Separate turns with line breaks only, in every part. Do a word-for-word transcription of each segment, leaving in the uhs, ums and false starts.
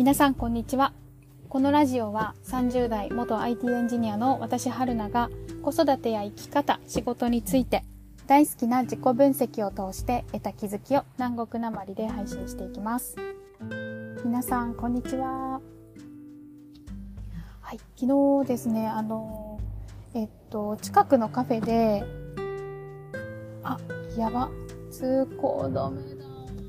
皆さんこんにちは。このラジオはさんじゅう代元 アイティー エンジニアの私春菜が子育てや生き方、仕事について大好きな自己分析を通して得た気づきを南国なまりで配信していきます。皆さんこんにちは。はい、昨日ですね、あのえっと近くのカフェであ、やば、通行止めだ。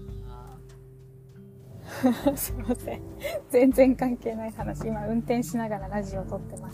すいません。全然関係ない話。今運転しながらラジオを撮ってます。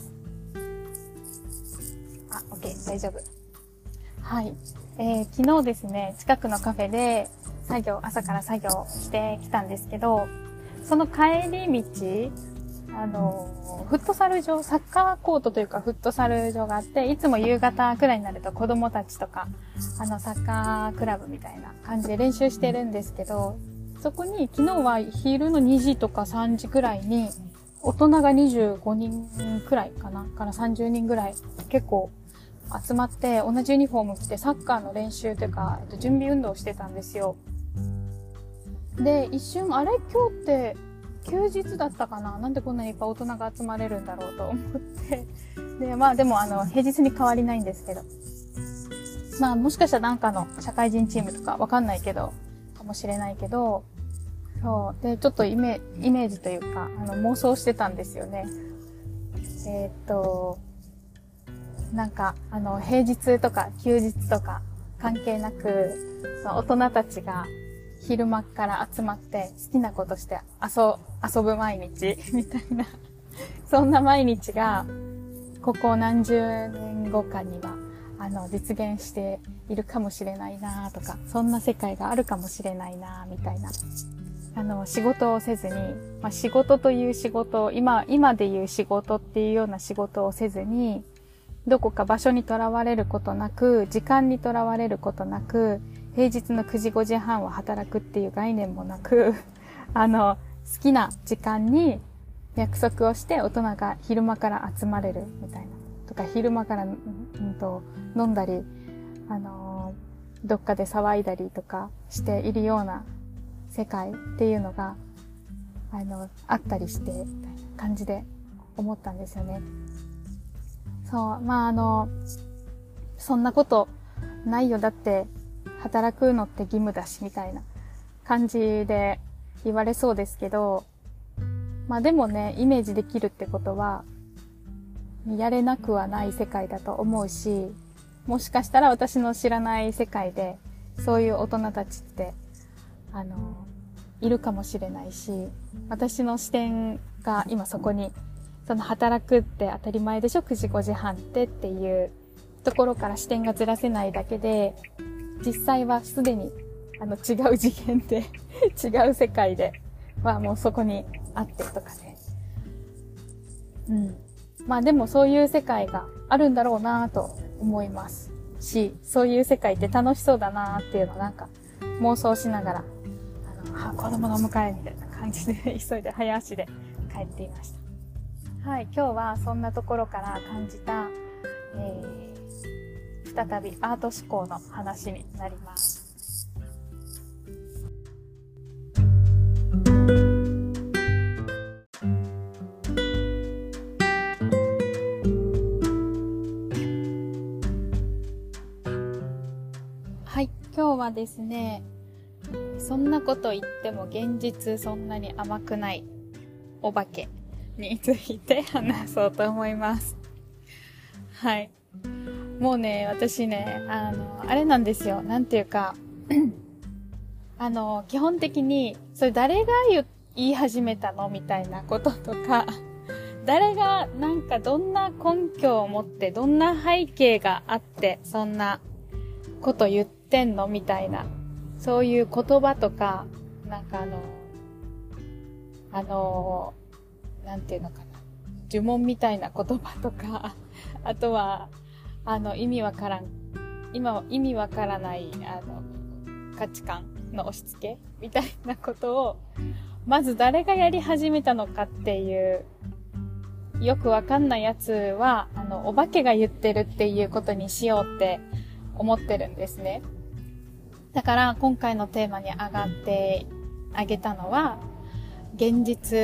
あ、OK、大丈夫。はい。えー、昨日ですね、近くのカフェで作業、朝から作業してきたんですけど、その帰り道、あの、フットサル場、サッカーコートというかフットサル場があって、いつも夕方くらいになると子供たちとか、あの、サッカークラブみたいな感じで練習してるんですけど、そこに昨日は昼のにじとかさんじくらいに大人がにじゅうごにんくらいかなからさんじゅうにんぐらい結構集まって同じユニフォーム着てサッカーの練習というか準備運動をしてたんですよ。で、一瞬あれ今日って休日だったかな、なんでこんなにいっぱい大人が集まれるんだろうと思ってで、まあでもあの平日に変わりないんですけど、まあもしかしたらなんかの社会人チームとかわかんないけどかもしれないけど、そうでちょっとイメイメージというかあの妄想してたんですよね。えー、っとなんかあの平日とか休日とか関係なく、その大人たちが昼間から集まって好きなことして遊遊ぶ毎日みたいなそんな毎日がここ何十年後かにはあの実現しているかもしれないなとか、そんな世界があるかもしれないなみたいな。あの仕事をせずに、まあ、仕事という仕事、今今でいう仕事っていうような仕事をせずに、どこか場所にとらわれることなく、時間にとらわれることなく、平日のくじごじはんは働くっていう概念もなく、あの好きな時間に約束をして大人が昼間から集まれるみたいなとか、昼間から、うん、と飲んだり、あのどっかで騒いだりとかしているような世界っていうのがあのあったりしてみたいな感じで思ったんですよね。そう、まああのそんなことないよ、だって働くのって義務だしみたいな感じで言われそうですけど、まあでもね、イメージできるってことはやれなくはない世界だと思うし、もしかしたら私の知らない世界でそういう大人たちってあのいるかもしれないし、私の視点が今そこに、その働くって当たり前でしょ、くじごじはんってっていうところから視点がずらせないだけで、実際はすでにあの違う次元で違う世界ではもうそこにあってとかね。うん。まあでもそういう世界があるんだろうなと思いますし、そういう世界って楽しそうだなっていうのをなんか妄想しながら、あの、子供の迎えみたいな感じで急いで早足で帰っていました。はい、今日はそんなところから感じた、えー、再びアート思考の話になります。はい、今日はですね、そんなこと言っても現実そんなに甘くないお化けについて話そうと思います。はい。もうね、私ね、あの、あれなんですよ。なんていうか、あの、基本的に、それ誰が言い始めたのみたいなこととか、誰がなんかどんな根拠を持って、どんな背景があって、そんなこと言ってんのみたいな。そういう言葉とか、なんかあの、あの、なんていうのかな、呪文みたいな言葉とか、あとは、あの、意味わからん、今、意味わからない、あの、価値観の押し付けみたいなことを、まず誰がやり始めたのかっていう、よくわかんないやつは、あの、お化けが言ってるっていうことにしようって思ってるんですね。だから今回のテーマに上がってあげたのは、現実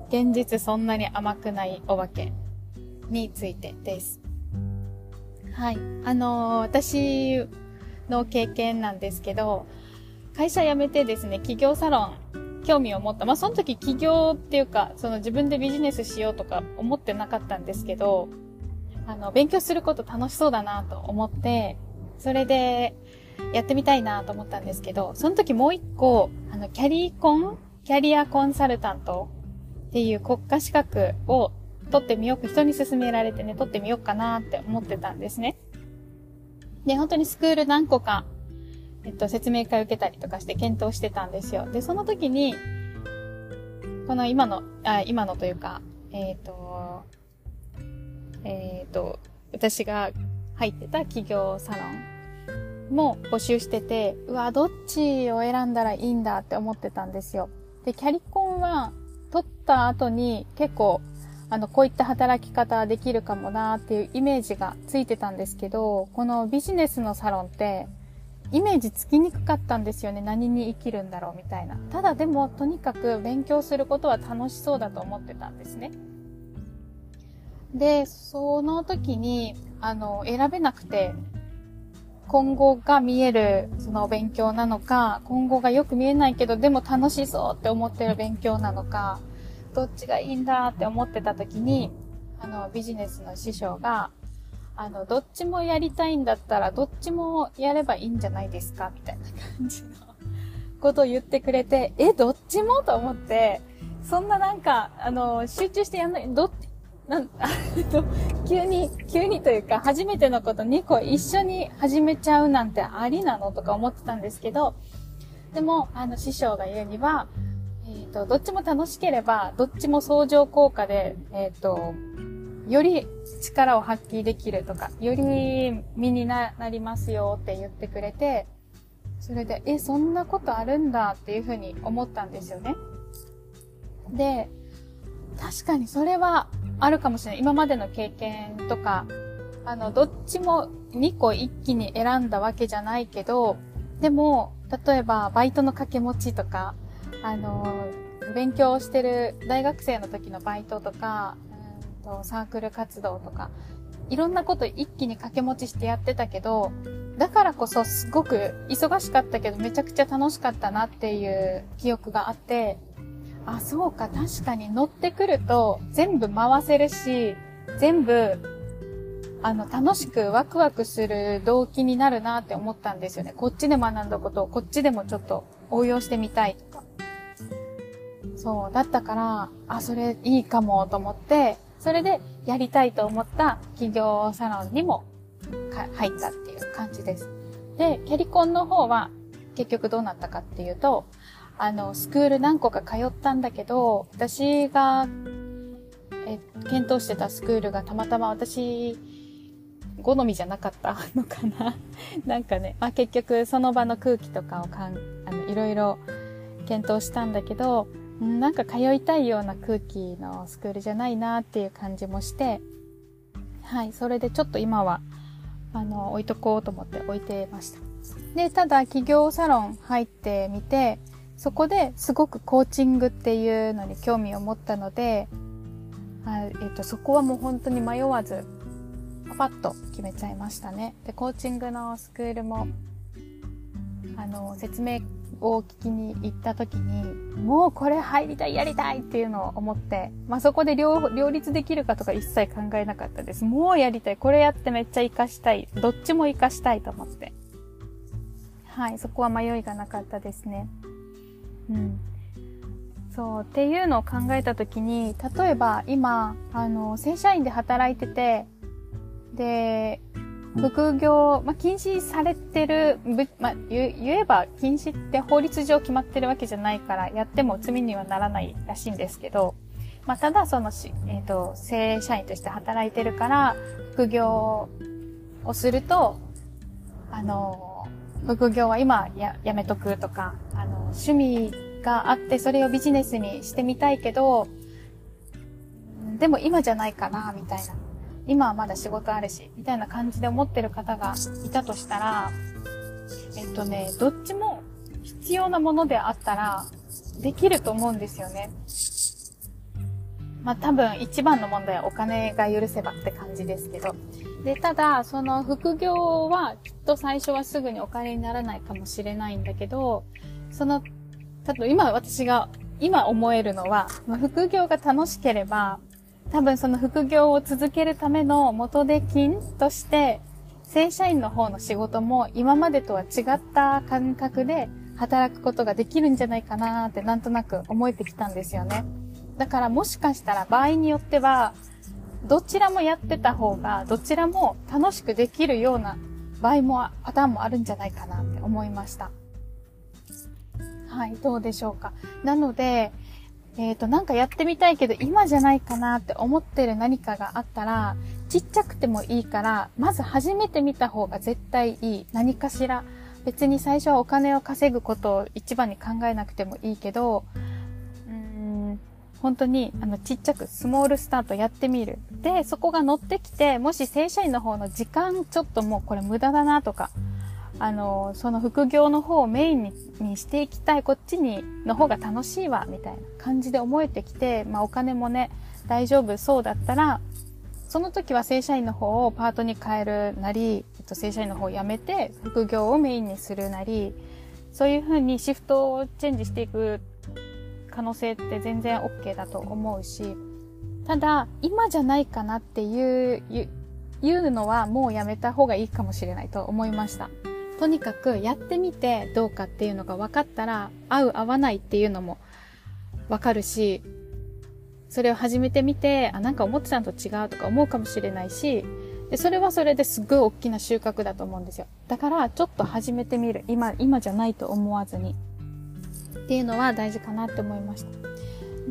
現実そんなに甘くないお化けについてです。はい。あのー、私の経験なんですけど、会社辞めてですね、企業サロン、興味を持った。まあ、その時起業っていうか、その自分でビジネスしようとか思ってなかったんですけど、あの、勉強すること楽しそうだなと思って、それでやってみたいなと思ったんですけど、その時もう一個、あの、キャリーコン、キャリアコンサルタントっていう国家資格を取ってみよう、人に勧められてね、取ってみようかなって思ってたんですね。で、本当にスクール何個か、えっと、説明会受けたりとかして検討してたんですよ。で、その時に、この今の、あ、今のというか、えっと、えっと、私が入ってた企業サロンも募集してて、うわ、どっちを選んだらいいんだって思ってたんですよ。で、キャリコンは取った後に結構、あの、こういった働き方できるかもなっていうイメージがついてたんですけど、このビジネスのサロンって、イメージつきにくかったんですよね。何に生きるんだろうみたいな。ただでも、とにかく勉強することは楽しそうだと思ってたんですね。で、その時に、あの、選べなくて、今後が見える、その勉強なのか、今後がよく見えないけど、でも楽しそうって思ってる勉強なのか、どっちがいいんだって思ってた時に、あの、ビジネスの師匠が、あの、どっちもやりたいんだったら、どっちもやればいいんじゃないですかみたいな感じのことを言ってくれて、え、どっちもと思って、そんななんか、あの、集中してやんない、どっなん、あと、急に、急にというか、初めてのことにこ一緒に始めちゃうなんてありなのとか思ってたんですけど、でも、あの、師匠が言うには、えっと、どっちも楽しければ、どっちも相乗効果で、えっと、より力を発揮できるとか、より身になりますよって言ってくれて、それで、え、そんなことあるんだっていうふうに思ったんですよね。で、確かにそれはあるかもしれない。今までの経験とか、あの、どっちもにこ一気に選んだわけじゃないけど、でも、例えばバイトの掛け持ちとか、あの、勉強してる大学生の時のバイトとか、うんとサークル活動とか、いろんなこと一気に掛け持ちしてやってたけど、だからこそすごく忙しかったけどめちゃくちゃ楽しかったなっていう記憶があって、あ、そうか、確かに乗ってくると全部回せるし、全部、あの、楽しくワクワクする動機になるなって思ったんですよね。こっちで学んだことをこっちでもちょっと応用してみたいとか。そう、だったから、あ、それいいかもと思って、それでやりたいと思った企業サロンにも入ったっていう感じです。で、キャリコンの方は結局どうなったかっていうと、あの、スクール何個か通ったんだけど、私が、え、検討してたスクールがたまたま私、好みじゃなかったのかななんかね、まあ、結局その場の空気とかをかん、あの、いろいろ検討したんだけど、なんか通いたいような空気のスクールじゃないなっていう感じもして、はい、それでちょっと今は、あの、置いとこうと思って置いてました。で、ただ企業サロン入ってみて、そこですごくコーチングっていうのに興味を持ったので、あえっと、そこはもう本当に迷わず、パパッと決めちゃいましたね。で、コーチングのスクールも、あの、説明を聞きに行った時に、もうこれ入りたい、やりたいっていうのを思って、まあ、そこで 両, 両立できるかとか一切考えなかったです。もうやりたい。これやってめっちゃ活かしたい。どっちも活かしたいと思って。はい、そこは迷いがなかったですね。うん。そう、っていうのを考えたときに、例えば今、あの、正社員で働いてて、で、副業、まあ、禁止されてる、まあ、言えば禁止って法律上決まってるわけじゃないから、やっても罪にはならないらしいんですけど、まあ、ただそのし、えっと、正社員として働いてるから、副業をすると、あの、副業は今や、やめとくとか、あの、趣味があってそれをビジネスにしてみたいけど、でも今じゃないかな、みたいな。今はまだ仕事あるし、みたいな感じで思ってる方がいたとしたら、えっとね、どっちも必要なものであったら、できると思うんですよね。 まあ多分一番の問題はお金が許せばって感じですけど。で、ただ、その副業はきっと最初はすぐにお金にならないかもしれないんだけど、その、多分今私が、今思えるのは、副業が楽しければ、多分その副業を続けるための元手金として、正社員の方の仕事も今までとは違った感覚で働くことができるんじゃないかなってなんとなく思えてきたんですよね。だからもしかしたら場合によっては、どちらもやってた方がどちらも楽しくできるような場合も、パターンもあるんじゃないかなって思いました。はい、どうでしょうか。なので、えっと、なんかやってみたいけど今じゃないかなって思ってる何かがあったら、ちっちゃくてもいいから、まず始めてみた方が絶対いい。何かしら。別に最初はお金を稼ぐことを一番に考えなくてもいいけど、うーん、本当に、あの、ちっちゃくスモールスタートやってみる。で、そこが乗ってきて、もし正社員の方の時間ちょっともうこれ無駄だなとか、あの、その副業の方をメインに、にしていきたい、こっちに、の方が楽しいわ、みたいな感じで思えてきて、まあお金もね、大丈夫そうだったら、その時は正社員の方をパートに変えるなり、えっと、正社員の方を辞めて、副業をメインにするなり、そういう風にシフトをチェンジしていく可能性って全然 OK だと思うし、ただ、今じゃないかなっていう、いう、いうのはもうやめた方がいいかもしれないと思いました。とにかくやってみてどうかっていうのが分かったら、合う合わないっていうのも分かるし、それを始めてみて、あ、なんか思ってたのと違うとか思うかもしれないし、でそれはそれですっごい大きな収穫だと思うんですよ。だからちょっと始めてみる。今、今じゃないと思わずに。っていうのは大事かなって思いました。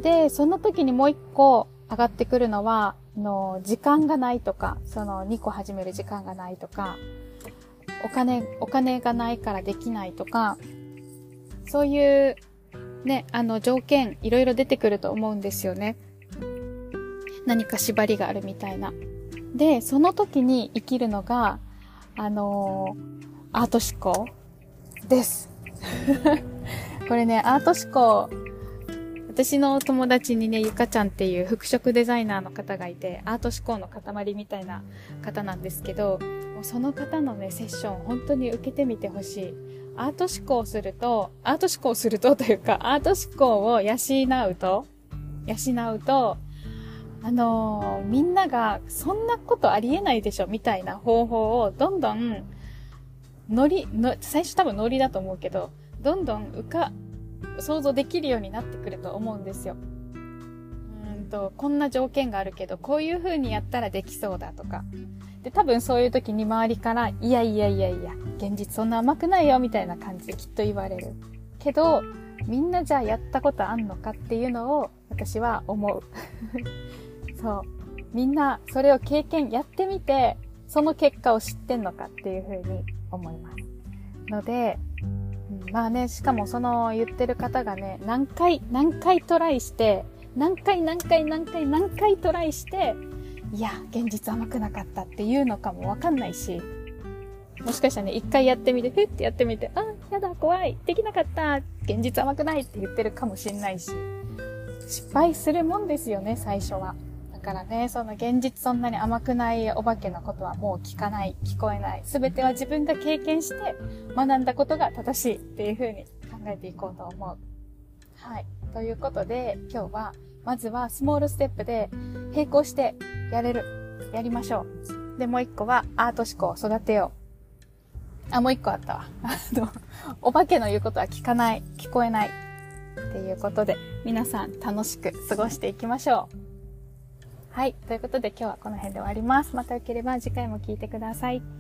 で、その時にもう一個上がってくるのは、あの、時間がないとか、そのにこ始める時間がないとか、お金、お金がないからできないとか、そういう、ね、あの、条件、いろいろ出てくると思うんですよね。何か縛りがあるみたいな。で、その時に生きるのが、あのー、アート思考です。これね、アート思考、私の友達にね、ゆかちゃんっていう服飾デザイナーの方がいて、アート思考の塊みたいな方なんですけど、その方のね、セッション本当に受けてみてほしい。アート思考をすると、アート思考をするとというか、アート思考を養うと、養うと、あのー、みんながそんなことありえないでしょみたいな方法をどんどんノリの最初多分ノリだと思うけどどんどん浮か想像できるようになってくると思うんですよ。うーんとこんな条件があるけどこういう風にやったらできそうだとかで多分そういう時に周りからいやいやいやいや現実そんな甘くないよみたいな感じできっと言われるけどみんなじゃあやったことあんのかっていうのを私は思う。そう。みんな、それを経験、やってみて、その結果を知ってんのかっていうふうに思います。ので、うん、まあね、しかもその言ってる方がね、何回、何回トライして、何回何回何回何回トライして、いや、現実甘くなかったっていうのかもわかんないし、もしかしたらね、一回やってみて、ふってやってみて、あ、やだ、怖い、できなかった、現実甘くないって言ってるかもしれないし、失敗するもんですよね、最初は。だからね、その現実そんなに甘くないお化けのことはもう聞かない、聞こえない。すべては自分が経験して学んだことが正しいっていうふうに考えていこうと思う。はい。ということで、今日は、まずはスモールステップで並行してやれる。やりましょう。で、もう一個はアート思考を育てよう。あ、もう一個あったわ。あの、お化けの言うことは聞かない、聞こえない。っていうことで、皆さん楽しく過ごしていきましょう。はい。ということで今日はこの辺で終わります。またよければ次回も聞いてください。